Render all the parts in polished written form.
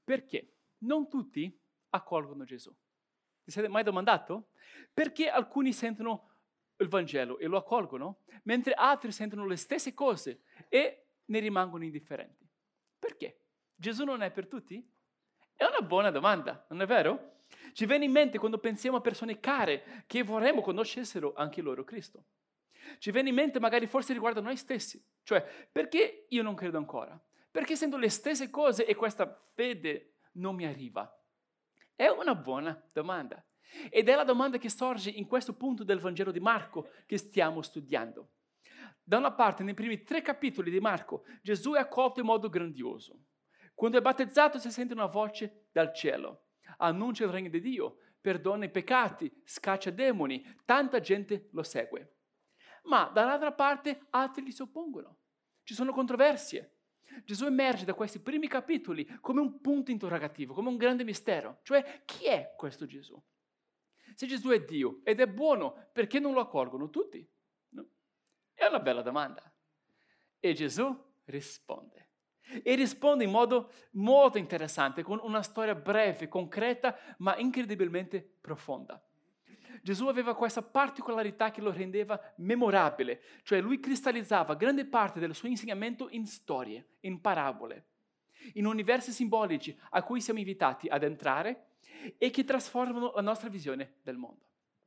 Perché non tutti accolgono Gesù. Vi siete mai domandato? Perché alcuni sentono il Vangelo e lo accolgono, mentre altri sentono le stesse cose e ne rimangono indifferenti? Perché? Gesù non è per tutti? È una buona domanda, non è vero? Ci viene in mente quando pensiamo a persone care che vorremmo conoscessero anche loro Cristo. Ci viene in mente magari forse riguardo a noi stessi, cioè perché io non credo ancora? Perché sento le stesse cose e questa fede non mi arriva? È una buona domanda. Ed è la domanda che sorge in questo punto del Vangelo di Marco che stiamo studiando. Da una parte, nei primi 3 capitoli di Marco, Gesù è accolto in modo grandioso. Quando è battezzato si sente una voce dal cielo. Annuncia il regno di Dio, perdona i peccati, scaccia demoni, tanta gente lo segue. Ma dall'altra parte altri gli si oppongono. Ci sono controversie. Gesù emerge da questi primi capitoli come un punto interrogativo, come un grande mistero. Cioè, chi è questo Gesù? Se Gesù è Dio ed è buono, perché non lo accolgono tutti? No? È una bella domanda. E Gesù risponde. E risponde in modo molto interessante, con una storia breve, concreta, ma incredibilmente profonda. Gesù aveva questa particolarità che lo rendeva memorabile, cioè lui cristallizzava grande parte del suo insegnamento in storie, in parabole, in universi simbolici a cui siamo invitati ad entrare e che trasformano la nostra visione del mondo.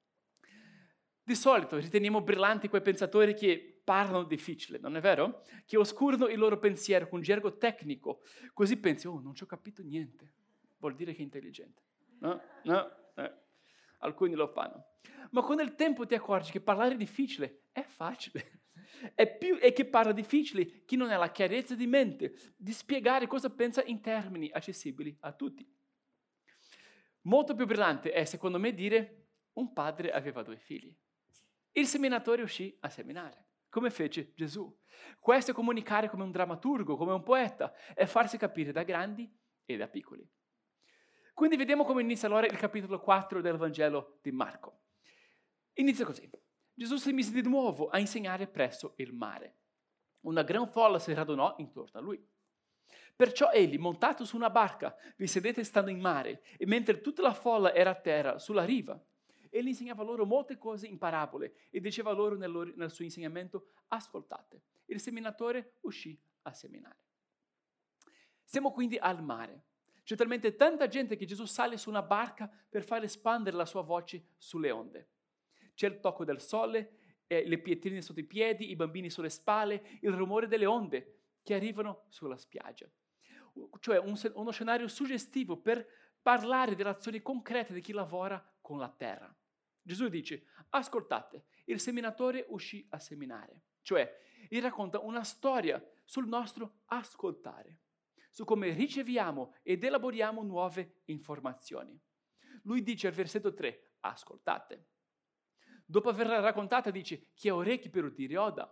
Di solito riteniamo brillanti quei pensatori che parlano difficile, non è vero? Che oscurano il loro pensiero con gergo tecnico, così pensi, oh, non ci ho capito niente, vuol dire che è intelligente. No, no, alcuni lo fanno. Ma con il tempo ti accorgi che parlare difficile è facile. È che parla difficile chi non ha la chiarezza di mente di spiegare cosa pensa in termini accessibili a tutti. Molto più brillante è, secondo me, dire un padre aveva 2 figli. Il seminatore uscì a seminare, come fece Gesù. Questo è comunicare come un drammaturgo, come un poeta, è farsi capire da grandi e da piccoli. Quindi vediamo come inizia allora il capitolo 4 del Vangelo di Marco. Inizia così. Gesù si mise di nuovo a insegnare presso il mare. Una gran folla si radunò intorno a lui. Perciò egli, montato su una barca, vi sedette stando in mare, e mentre tutta la folla era a terra, sulla riva, egli insegnava loro molte cose in parabole e diceva loro nel suo insegnamento, ascoltate. Il seminatore uscì a seminare. Siamo quindi al mare. C'è talmente tanta gente che Gesù sale su una barca per far espandere la sua voce sulle onde. C'è il tocco del sole, le pietrine sotto i piedi, i bambini sulle spalle, il rumore delle onde che arrivano sulla spiaggia. Cioè uno scenario suggestivo per parlare delle azioni concrete di chi lavora con la terra. Gesù dice, ascoltate, il seminatore uscì a seminare. Cioè, gli racconta una storia sul nostro ascoltare, su come riceviamo ed elaboriamo nuove informazioni. Lui dice al versetto 3, ascoltate. Dopo averla raccontata dice, chi ha orecchi per udire oda.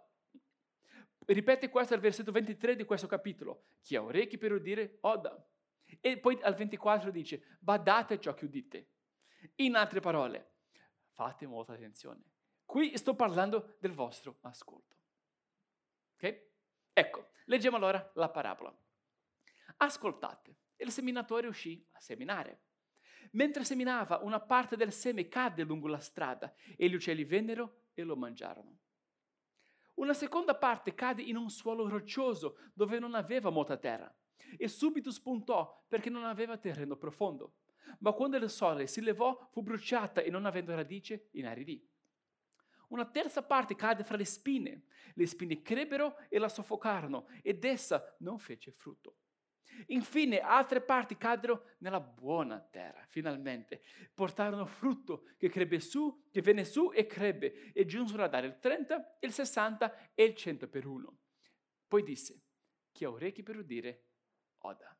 Ripete questo al versetto 23 di questo capitolo, chi ha orecchi per udire oda. E poi al 24 dice, badate a ciò che udite. In altre parole, fate molta attenzione. Qui sto parlando del vostro ascolto. Ok? Ecco, leggiamo allora la parabola. Ascoltate, il seminatore uscì a seminare. Mentre seminava, una parte del seme cadde lungo la strada e gli uccelli vennero e lo mangiarono. Una seconda parte cadde in un suolo roccioso dove non aveva molta terra e subito spuntò perché non aveva terreno profondo. Ma quando il sole si levò fu bruciata e non avendo radice inaridì. Una terza parte cadde fra le spine crebbero e la soffocarono ed essa non fece frutto. Infine altre parti caddero nella buona terra, finalmente. Portarono frutto che venne su e crebbe e giunsero a dare il 30, il 60 e il 100 per uno. Poi disse, chi ha orecchi per udire, oda.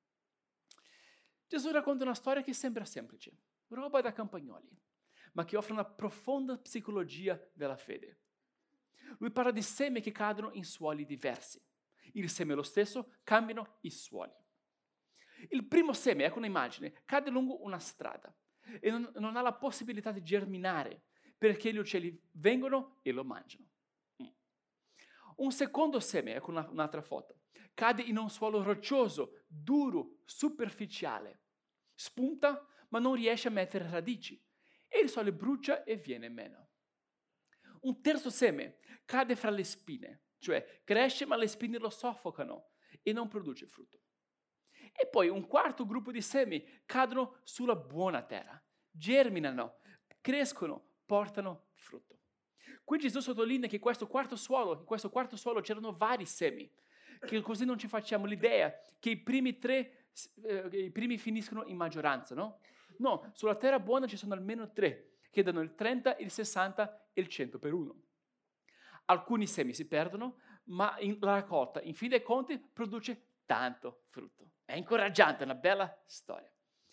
Gesù racconta una storia che sembra semplice, roba da campagnoli, ma che offre una profonda psicologia della fede. Lui parla di semi che cadono in suoli diversi. Il seme è lo stesso, cambiano i suoli. Il primo seme, ecco un'immagine, cade lungo una strada e non ha la possibilità di germinare perché gli uccelli vengono e lo mangiano. Un secondo seme, ecco un'altra foto, cade in un suolo roccioso, duro, superficiale. Spunta, ma non riesce a mettere radici. E il sole brucia e viene meno. Un terzo seme cade fra le spine, cioè cresce ma le spine lo soffocano e non produce frutto. E poi un quarto gruppo di semi cadono sulla buona terra, germinano, crescono, portano frutto. Qui Gesù sottolinea che in questo quarto suolo c'erano vari semi, che così non ci facciamo l'idea che i primi finiscono in maggioranza, no? No, sulla terra buona ci sono almeno 3, che danno il 30, il 60 e il 100 per uno. Alcuni semi si perdono, ma la raccolta, in fin dei conti, produce tanto frutto. È incoraggiante, è una bella storia.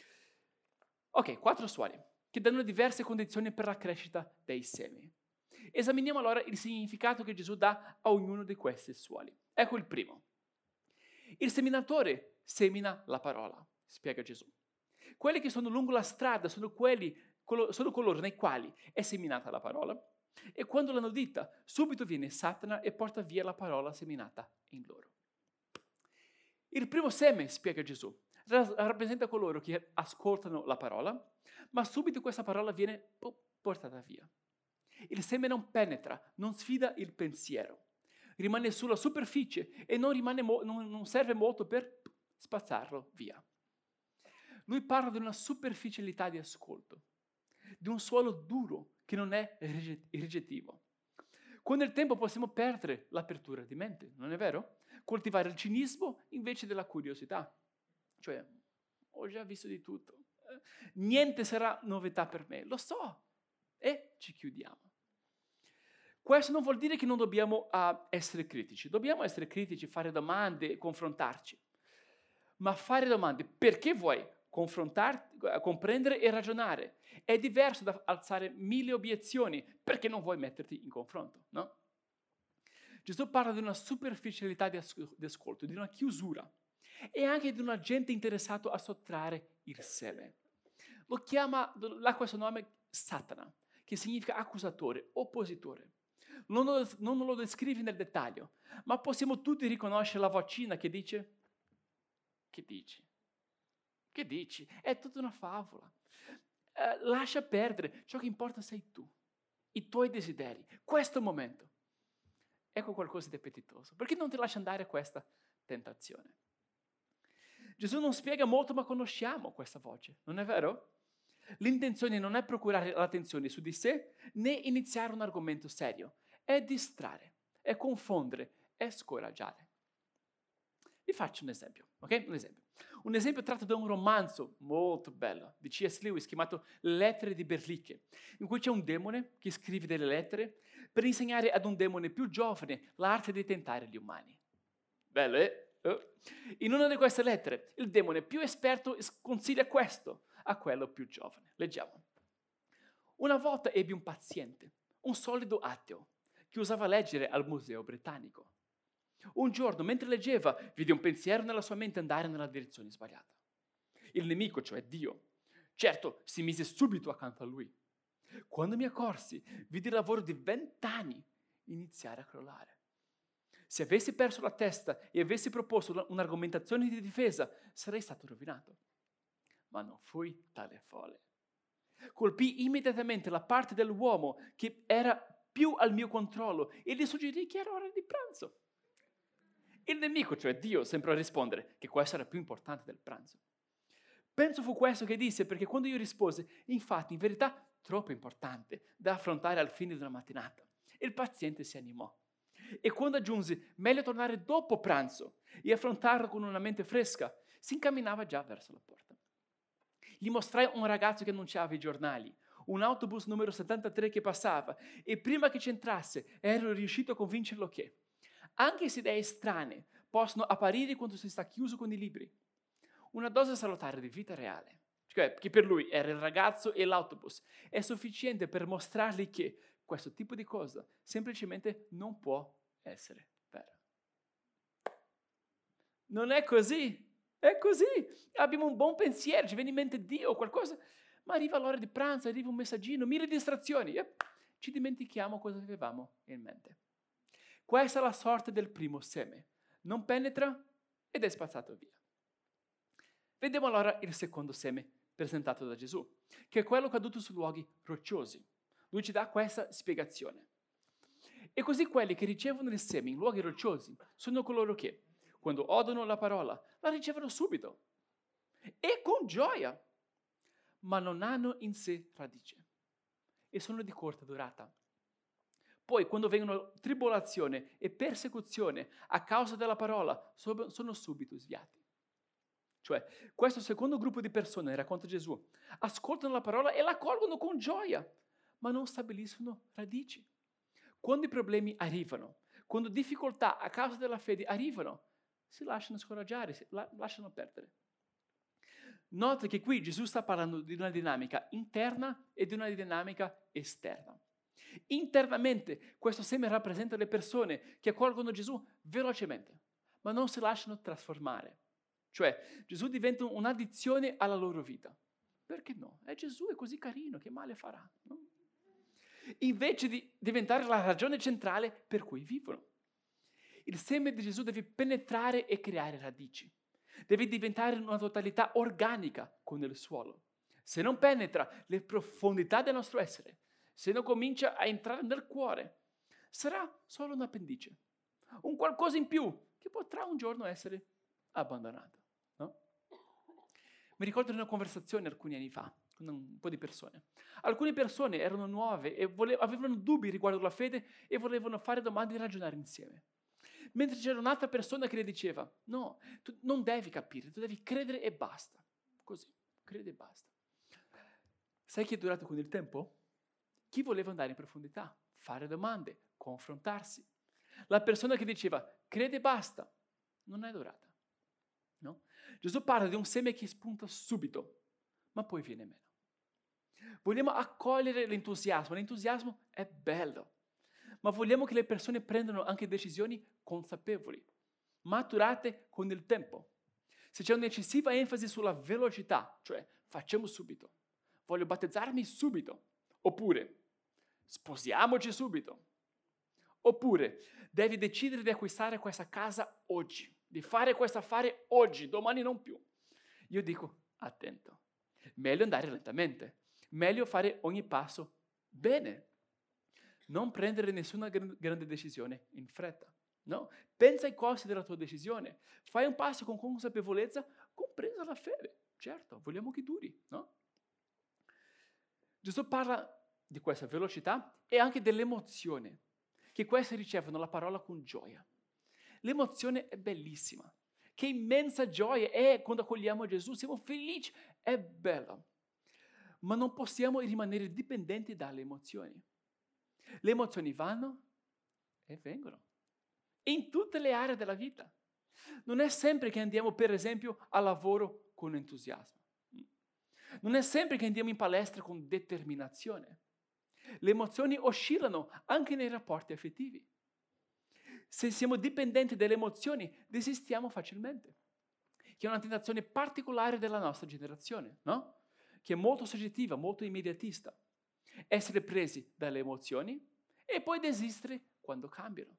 Ok, 4 suoli, che danno diverse condizioni per la crescita dei semi. Esaminiamo allora il significato che Gesù dà a ognuno di questi suoli. Ecco il primo. Il seminatore semina la parola, spiega Gesù. Quelli che sono lungo la strada sono coloro nei quali è seminata la parola, e quando l'hanno dita, subito viene Satana e porta via la parola seminata in loro. Il primo seme, spiega Gesù, rappresenta coloro che ascoltano la parola, ma subito questa parola viene portata via. Il seme non penetra, non sfida il pensiero, rimane sulla superficie e non serve molto per spazzarlo via. Lui parla di una superficialità di ascolto, di un suolo duro che non è ricettivo. Con il tempo possiamo perdere l'apertura di mente, non è vero? Coltivare il cinismo invece della curiosità. Cioè, ho già visto di tutto, niente sarà novità per me, lo so, e ci chiudiamo. Questo non vuol dire che non dobbiamo essere critici. Dobbiamo essere critici, fare domande, confrontarci. Ma fare domande perché vuoi comprendere e ragionare è diverso da alzare 1000 obiezioni perché non vuoi metterti in confronto, no? Gesù parla di una superficialità di ascolto, di una chiusura e anche di un agente interessato a sottrarre il seme. L'ha questo nome Satana, che significa accusatore, oppositore. Non lo descrive nel dettaglio, ma possiamo tutti riconoscere la vocina che dice: che dici? Che dici? È tutta una favola. Lascia perdere, ciò che importa sei tu, i tuoi desideri, questo momento. Ecco qualcosa di appetitoso. Perché non ti lascia andare a questa tentazione? Gesù non spiega molto, ma conosciamo questa voce, non è vero? L'intenzione non è procurare l'attenzione su di sé, né iniziare un argomento serio. È distrarre, è confondere, è scoraggiare. Vi faccio un esempio, ok? Un esempio tratto da un romanzo molto bello di C.S. Lewis chiamato Le lettere di Berlicche, in cui c'è un demone che scrive delle lettere per insegnare ad un demone più giovane l'arte di tentare gli umani. Bello, eh? In una di queste lettere, il demone più esperto consiglia questo a quello più giovane. Leggiamo. Una volta ebbi un paziente, un solido ateo, che usava leggere al Museo Britannico. Un giorno, mentre leggeva, vide un pensiero nella sua mente andare nella direzione sbagliata. Il nemico, cioè Dio, certo, si mise subito accanto a lui. Quando mi accorsi, vidi il lavoro di 20 anni iniziare a crollare. Se avessi perso la testa e avessi proposto un'argomentazione di difesa, sarei stato rovinato. Ma non fui tale folle. Colpì immediatamente la parte dell'uomo che era più al mio controllo e gli suggerì che era ora di pranzo. Il nemico, cioè Dio, sembrò rispondere che questo era più importante del pranzo. Penso fu questo che disse, perché quando io rispose, infatti, in verità, troppo importante da affrontare al fine di una mattinata, il paziente si animò. E quando aggiunsi, meglio tornare dopo pranzo e affrontarlo con una mente fresca, si incamminava già verso la porta. Gli mostrai un ragazzo che annunciava i giornali, un autobus numero 73 che passava, e prima che ci entrasse ero riuscito a convincerlo che anche se idee strane possono apparire quando si sta chiuso con i libri, una dose salutare di vita reale, cioè che per lui era il ragazzo e l'autobus, è sufficiente per mostrargli che questo tipo di cosa semplicemente non può essere vera. Non è così, è così. Abbiamo un buon pensiero, ci viene in mente Dio o qualcosa, ma arriva l'ora di pranzo, arriva un messaggino, 1000 distrazioni, e ci dimentichiamo cosa avevamo in mente. Questa è la sorte del primo seme. Non penetra, ed è spazzato via. Vediamo allora il secondo seme presentato da Gesù, che è quello caduto su luoghi rocciosi. Lui ci dà questa spiegazione. E così quelli che ricevono il seme in luoghi rocciosi sono coloro che, quando odono la parola, la ricevono subito e con gioia, ma non hanno in sé radice e sono di corta durata. Poi, quando vengono tribolazione e persecuzione a causa della parola, sono subito sviati. Cioè, questo secondo gruppo di persone, racconta Gesù, ascoltano la parola e la accolgono con gioia, ma non stabiliscono radici. Quando i problemi arrivano, quando difficoltà a causa della fede arrivano, si lasciano scoraggiare, lasciano perdere. Nota che qui Gesù sta parlando di una dinamica interna e di una dinamica esterna. Internamente questo seme rappresenta le persone che accolgono Gesù velocemente, ma non si lasciano trasformare. Cioè Gesù diventa un'addizione alla loro vita. Perché no? Gesù è così carino, che male farà? No? Invece di diventare la ragione centrale per cui vivono. Il seme di Gesù deve penetrare e creare radici. Deve diventare una totalità organica con il suolo. Se non penetra le profondità del nostro essere, se non comincia a entrare nel cuore, sarà solo un appendice, un qualcosa in più che potrà un giorno essere abbandonato. No? Mi ricordo di una conversazione alcuni anni fa con un po' di persone. Alcune persone erano nuove e avevano dubbi riguardo la fede e volevano fare domande e ragionare insieme. Mentre c'era un'altra persona che le diceva, no, tu non devi capire, tu devi credere e basta. Così, crede e basta. Sai chi è durato con il tempo? Chi voleva andare in profondità, fare domande, confrontarsi. La persona che diceva, crede e basta, non è durata. No? Gesù parla di un seme che spunta subito, ma poi viene meno. Vogliamo accogliere l'entusiasmo. L'entusiasmo è bello, ma vogliamo che le persone prendano anche decisioni consapevoli, maturate con il tempo. Se c'è un'eccessiva enfasi sulla velocità, cioè facciamo subito, voglio battezzarmi subito, oppure sposiamoci subito, oppure devi decidere di acquistare questa casa oggi, di fare questo affare oggi, domani non più. Io dico, attento, meglio andare lentamente, meglio fare ogni passo bene. Non prendere nessuna grande decisione in fretta. No? Pensa ai costi della tua decisione. Fai un passo con consapevolezza, compresa la fede. Certo, vogliamo che duri. No? Gesù parla di questa velocità e anche dell'emozione, che queste ricevono la parola con gioia. L'emozione è bellissima. Che immensa gioia è quando accogliamo Gesù. Siamo felici, è bello. Ma non possiamo rimanere dipendenti dalle emozioni. Le emozioni vanno e vengono, in tutte le aree della vita. Non è sempre che andiamo, per esempio, al lavoro con entusiasmo. Non è sempre che andiamo in palestra con determinazione. Le emozioni oscillano anche nei rapporti affettivi. Se siamo dipendenti dalle emozioni, desistiamo facilmente, che è una tentazione particolare della nostra generazione, no? Che è molto soggettiva, molto immediatista. Essere presi dalle emozioni e poi desistere quando cambiano.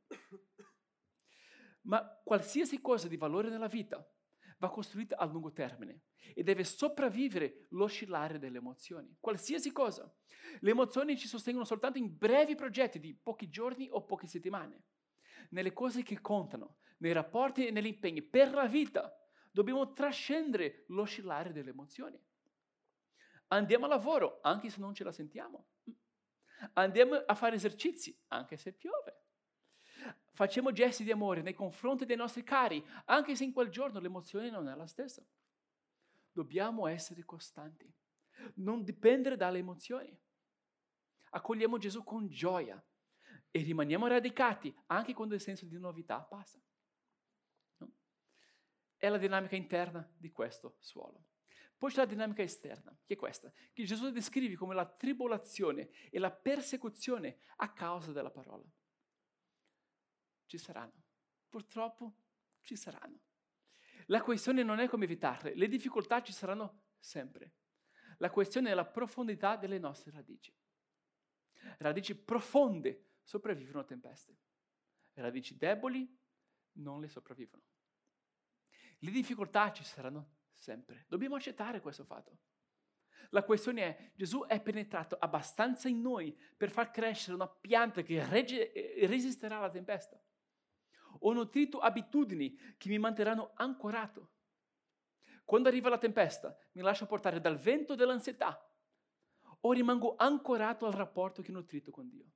Ma qualsiasi cosa di valore nella vita va costruita a lungo termine e deve sopravvivere l'oscillare delle emozioni. Qualsiasi cosa. Le emozioni ci sostengono soltanto in brevi progetti di pochi giorni o poche settimane. Nelle cose che contano, nei rapporti e negli impegni per la vita, dobbiamo trascendere l'oscillare delle emozioni. Andiamo a lavoro, anche se non ce la sentiamo. Andiamo a fare esercizi, anche se piove. Facciamo gesti di amore nei confronti dei nostri cari, anche se in quel giorno l'emozione non è la stessa. Dobbiamo essere costanti, non dipendere dalle emozioni. Accogliamo Gesù con gioia e rimaniamo radicati anche quando il senso di novità passa. No? È la dinamica interna di questo suolo. Poi c'è la dinamica esterna, che è questa, che Gesù descrive come la tribolazione e la persecuzione a causa della parola. Ci saranno, purtroppo ci saranno. La questione non è come evitarle, le difficoltà ci saranno sempre. La questione è la profondità delle nostre radici. Radici profonde sopravvivono a tempeste, radici deboli non le sopravvivono. Le difficoltà ci saranno sempre. Dobbiamo accettare questo fatto. La questione è, Gesù è penetrato abbastanza in noi per far crescere una pianta che resisterà alla tempesta. Ho nutrito abitudini che mi manterranno ancorato. Quando arriva la tempesta, mi lascio portare dal vento dell'ansietà o rimango ancorato al rapporto che ho nutrito con Dio.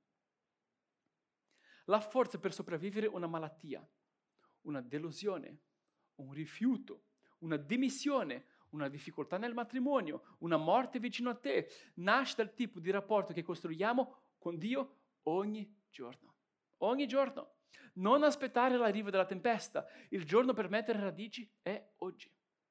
La forza per sopravvivere una malattia, una delusione, un rifiuto, una dimissione, una difficoltà nel matrimonio, una morte vicino a te, nasce dal tipo di rapporto che costruiamo con Dio ogni giorno. Ogni giorno. Non aspettare l'arrivo della tempesta. Il giorno per mettere radici è oggi.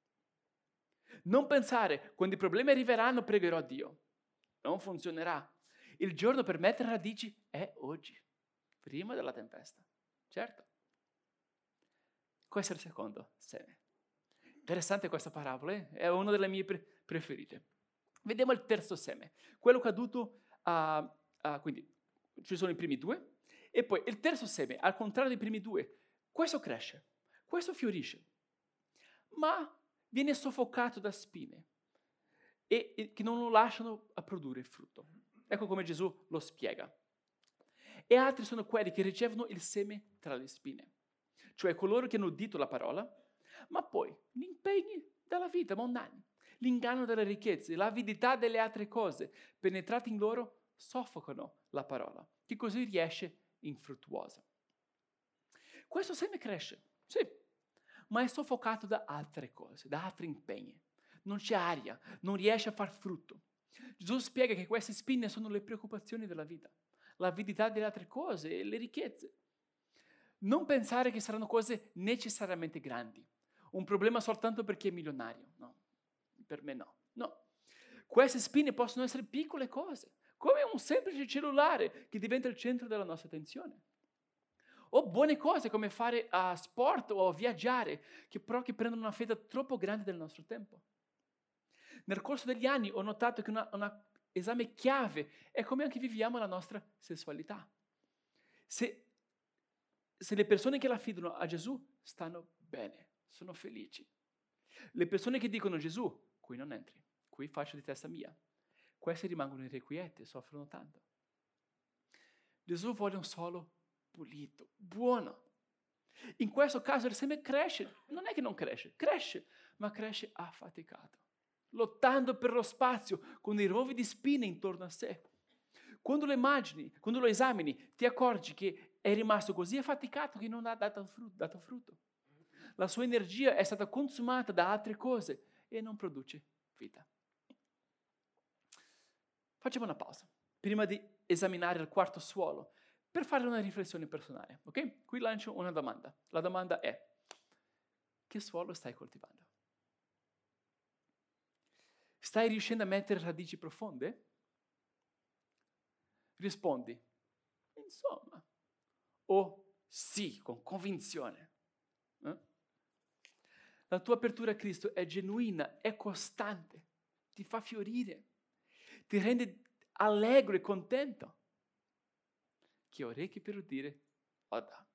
Non pensare, quando i problemi arriveranno pregherò Dio. Non funzionerà. Il giorno per mettere radici è oggi, prima della tempesta. Certo. Questo è il secondo seme. Interessante questa parabola, è una delle mie preferite. Vediamo il terzo seme, quello caduto quindi ci sono i primi due, e poi il terzo seme, al contrario dei primi due, questo cresce, questo fiorisce, ma viene soffocato da spine e che non lo lasciano a produrre frutto. Ecco come Gesù lo spiega. E altri sono quelli che ricevono il seme tra le spine, cioè coloro che hanno udito la parola, ma poi gli impegni della vita mondani, l'inganno delle ricchezze, l'avidità delle altre cose, penetrati in loro, soffocano la parola, che così riesce infruttuosa. Questo seme cresce, sì, ma è soffocato da altre cose, da altri impegni. Non c'è aria, non riesce a far frutto. Gesù spiega che queste spine sono le preoccupazioni della vita, l'avidità delle altre cose e le ricchezze. Non pensare che saranno cose necessariamente grandi, un problema soltanto per chi è milionario. No, per me no. No. Queste spine possono essere piccole cose, come un semplice cellulare che diventa il centro della nostra attenzione. O buone cose come fare sport o viaggiare, che prendono una fetta troppo grande del nostro tempo. Nel corso degli anni ho notato che un esame chiave è come anche viviamo la nostra sessualità. Se le persone che la affidano a Gesù stanno bene, sono felici. Le persone che dicono Gesù, qui non entri, qui faccio di testa mia, queste rimangono irrequiete, soffrono tanto. Gesù vuole un suolo pulito, buono. In questo caso il seme cresce, non è che non cresce, ma cresce affaticato, lottando per lo spazio con dei rovi di spine intorno a sé. Quando lo esamini, ti accorgi che è rimasto così affaticato che non ha dato frutto. La sua energia è stata consumata da altre cose e non produce vita. Facciamo una pausa prima di esaminare il quarto suolo per fare una riflessione personale. Ok? Qui lancio una domanda. La domanda è: che suolo stai coltivando? Stai riuscendo a mettere radici profonde? Rispondi, insomma, o sì, con convinzione. La tua apertura a Cristo è genuina, è costante, ti fa fiorire, ti rende allegro e contento. Chi ha orecchi per udire, oda.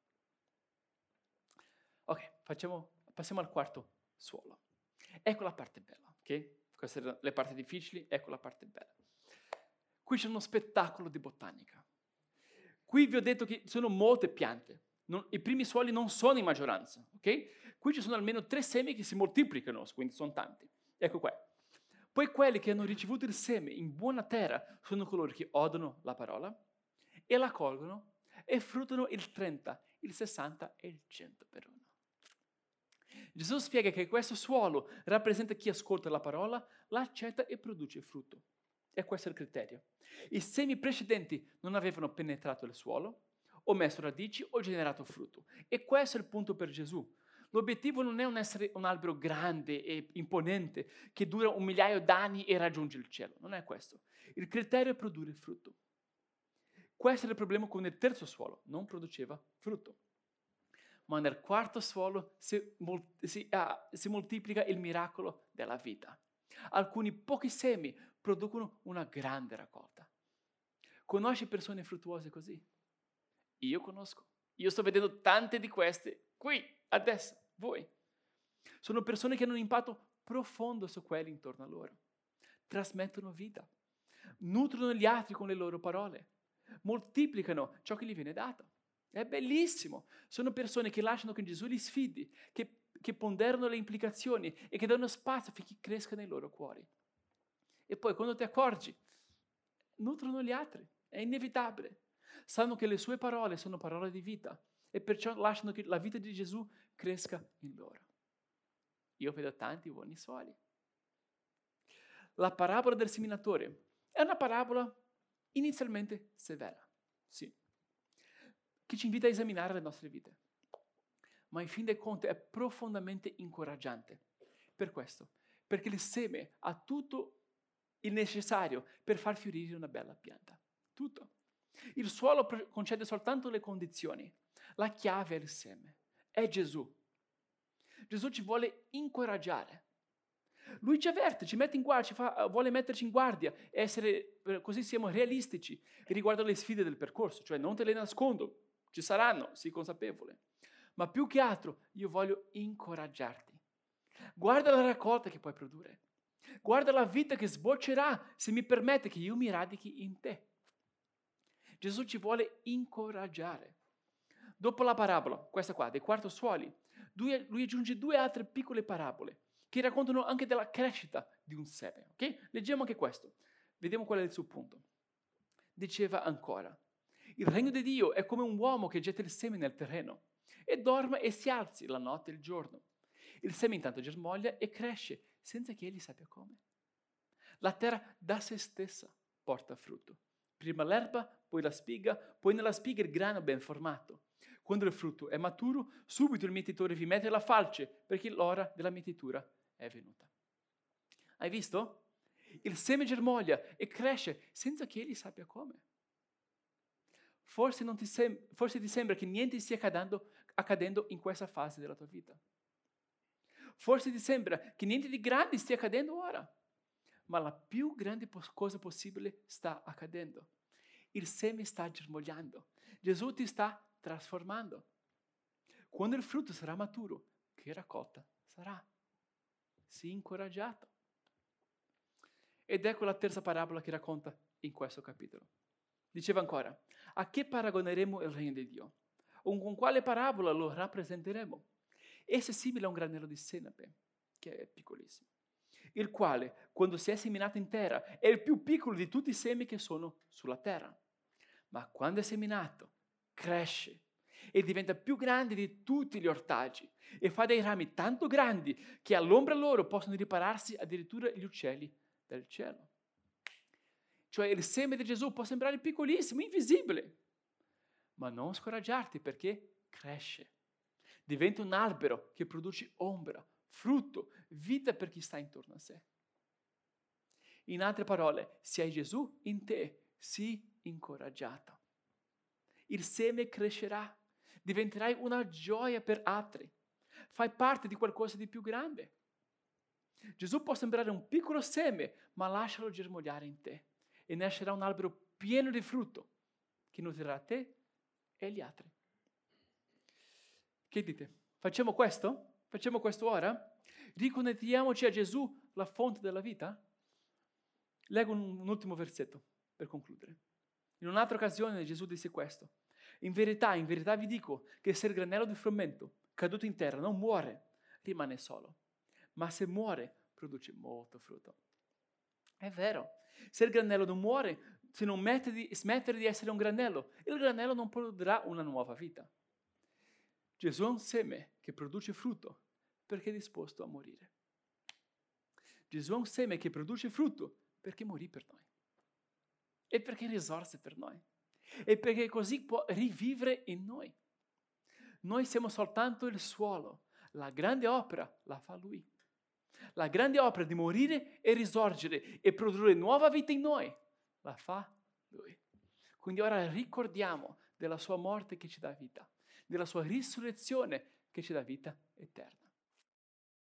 Ok, passiamo al quarto suolo. Ecco la parte bella, ok? Queste sono le parti difficili, ecco la parte bella. Qui c'è uno spettacolo di botanica. Qui vi ho detto che sono molte piante. I primi suoli non sono in maggioranza, ok? Qui ci sono almeno 3 semi che si moltiplicano, quindi sono tanti. Ecco qua. Poi quelli che hanno ricevuto il seme in buona terra sono coloro che odono la parola e la colgono e fruttano il 30, il 60 e il 100 per uno. Gesù spiega che questo suolo rappresenta chi ascolta la parola, l'accetta e produce frutto. E questo è il criterio. I semi precedenti non avevano penetrato il suolo, o messo radici o generato frutto. E questo è il punto per Gesù. L'obiettivo non è essere un albero grande e imponente che dura 1 migliaio d'anni e raggiunge il cielo. Non è questo. Il criterio è produrre frutto. Questo è il problema con il terzo suolo. Non produceva frutto. Ma nel quarto suolo si moltiplica il miracolo della vita. Alcuni pochi semi producono una grande raccolta. Conosci persone fruttuose così? Io conosco. Io sto vedendo tante di queste qui, adesso, voi. Sono persone che hanno un impatto profondo su quelli intorno a loro. Trasmettono vita, nutrono gli altri con le loro parole, moltiplicano ciò che gli viene dato. È bellissimo. Sono persone che lasciano che Gesù li sfidi, che ponderano le implicazioni e che danno spazio affinché cresca nei loro cuori. E poi quando ti accorgi, nutrono gli altri. È inevitabile. Sanno che le sue parole sono parole di vita e perciò lasciano che la vita di Gesù cresca in loro. Io vedo tanti buoni suoli. La parabola del seminatore è una parabola inizialmente severa, sì, che ci invita a esaminare le nostre vite. Ma in fin dei conti è profondamente incoraggiante. Per questo, perché il seme ha tutto il necessario per far fiorire una bella pianta. Tutto. Il suolo concede soltanto le condizioni. La chiave è il seme. È Gesù. Gesù ci vuole incoraggiare. Lui ci avverte, ci mette in guardia, vuole metterci in guardia, così siamo realistici riguardo alle sfide del percorso. Cioè non te le nascondo, ci saranno, sii consapevole. Ma più che altro io voglio incoraggiarti. Guarda la raccolta che puoi produrre. Guarda la vita che sboccerà se mi permette che io mi radichi in te. Gesù ci vuole incoraggiare. Dopo la parabola, questa qua, dei quattro suoli, lui aggiunge due altre piccole parabole che raccontano anche della crescita di un seme. Okay? Leggiamo anche questo. Vediamo qual è il suo punto. Diceva ancora, il regno di Dio è come un uomo che getta il seme nel terreno e dorme e si alzi la notte e il giorno. Il seme intanto germoglia e cresce senza che egli sappia come. La terra da se stessa porta frutto. Prima l'erba, poi la spiga, poi nella spiga il grano ben formato. Quando il frutto è maturo, subito il mietitore vi mette la falce perché l'ora della mietitura è venuta. Hai visto? Il seme germoglia e cresce senza che egli sappia come. Forse ti sembra che niente stia accadendo in questa fase della tua vita. Forse ti sembra che niente di grande stia accadendo ora, ma la più grande cosa possibile sta accadendo. Il seme sta germogliando. Gesù ti sta trasformando. Quando il frutto sarà maturo, che raccolta sarà? Sii incoraggiato. Ed ecco la terza parabola che racconta in questo capitolo. Diceva ancora, a che paragoneremo il regno di Dio? O con quale parabola lo rappresenteremo? Esso è simile a un granello di senape, che è piccolissimo, il quale, quando si è seminato in terra, è il più piccolo di tutti i semi che sono sulla terra. Ma quando è seminato, cresce e diventa più grande di tutti gli ortaggi e fa dei rami tanto grandi che all'ombra loro possono ripararsi addirittura gli uccelli del cielo. Cioè il seme di Gesù può sembrare piccolissimo, invisibile, ma non scoraggiarti perché cresce. Diventa un albero che produce ombra, frutto, vita per chi sta intorno a sé. In altre parole, se hai Gesù in te, sii incoraggiato. Il seme crescerà, diventerai una gioia per altri. Fai parte di qualcosa di più grande. Gesù può sembrare un piccolo seme, ma lascialo germogliare in te e nascerà un albero pieno di frutto che nutrirà te e gli altri. Che dite? Facciamo questo? Facciamo questo ora? Riconnettiamoci a Gesù, la fonte della vita? Leggo un ultimo versetto per concludere. In un'altra occasione Gesù disse questo. In verità vi dico che se il granello di frumento caduto in terra non muore, rimane solo. Ma se muore, produce molto frutto. È vero. Se il granello non muore, se non smette di essere un granello, il granello non produrrà una nuova vita. Gesù è un seme che produce frutto perché è disposto a morire. Gesù è un seme che produce frutto perché morì per noi. E perché risorse per noi. E perché così può rivivere in noi. Noi siamo soltanto il suolo. La grande opera la fa Lui. La grande opera di morire e risorgere e produrre nuova vita in noi la fa Lui. Quindi ora ricordiamo della sua morte che ci dà vita, della sua risurrezione che ci dà vita eterna.